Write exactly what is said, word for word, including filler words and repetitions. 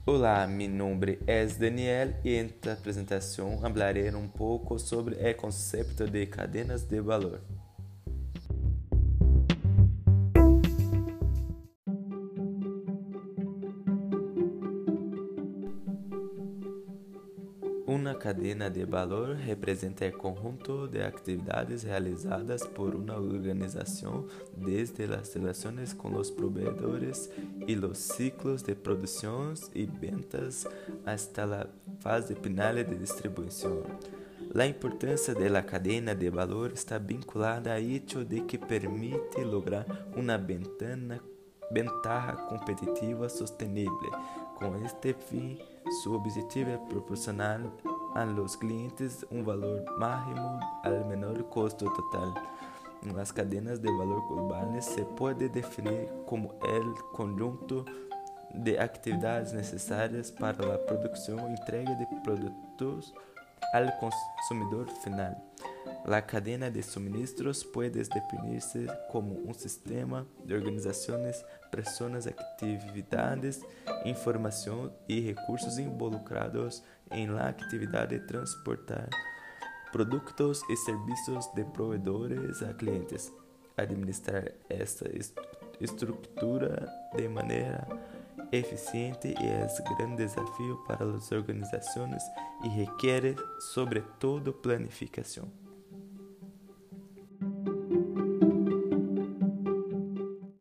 Olá, meu nome é Daniel e esta apresentação falarei um pouco sobre o conceito de cadenas de valor. Uma cadena de valor representa o conjunto de atividades realizadas por uma organização desde as relações com os provedores e os ciclos de produção e ventas hasta a fase final de distribuição. A importância da cadena de valor está vinculada ao hecho de que permite lograr uma ventana ventaja competitiva sostenible. Com este fim, su objetivo é proporcionar a los clientes um valor máximo al menor costo total. As cadenas de valor globais se pode definir como o conjunto de atividades necessárias para a produção e entrega de produtos al consumidor final. La cadena de suministros puede definirse como un sistema de organizaciones, personas, actividades, información y recursos involucrados en la actividad de transportar productos y servicios de proveedores a clientes. Administrar esta est- estructura de manera eficiente es gran desafío para las organizaciones y requiere sobre todo planificación.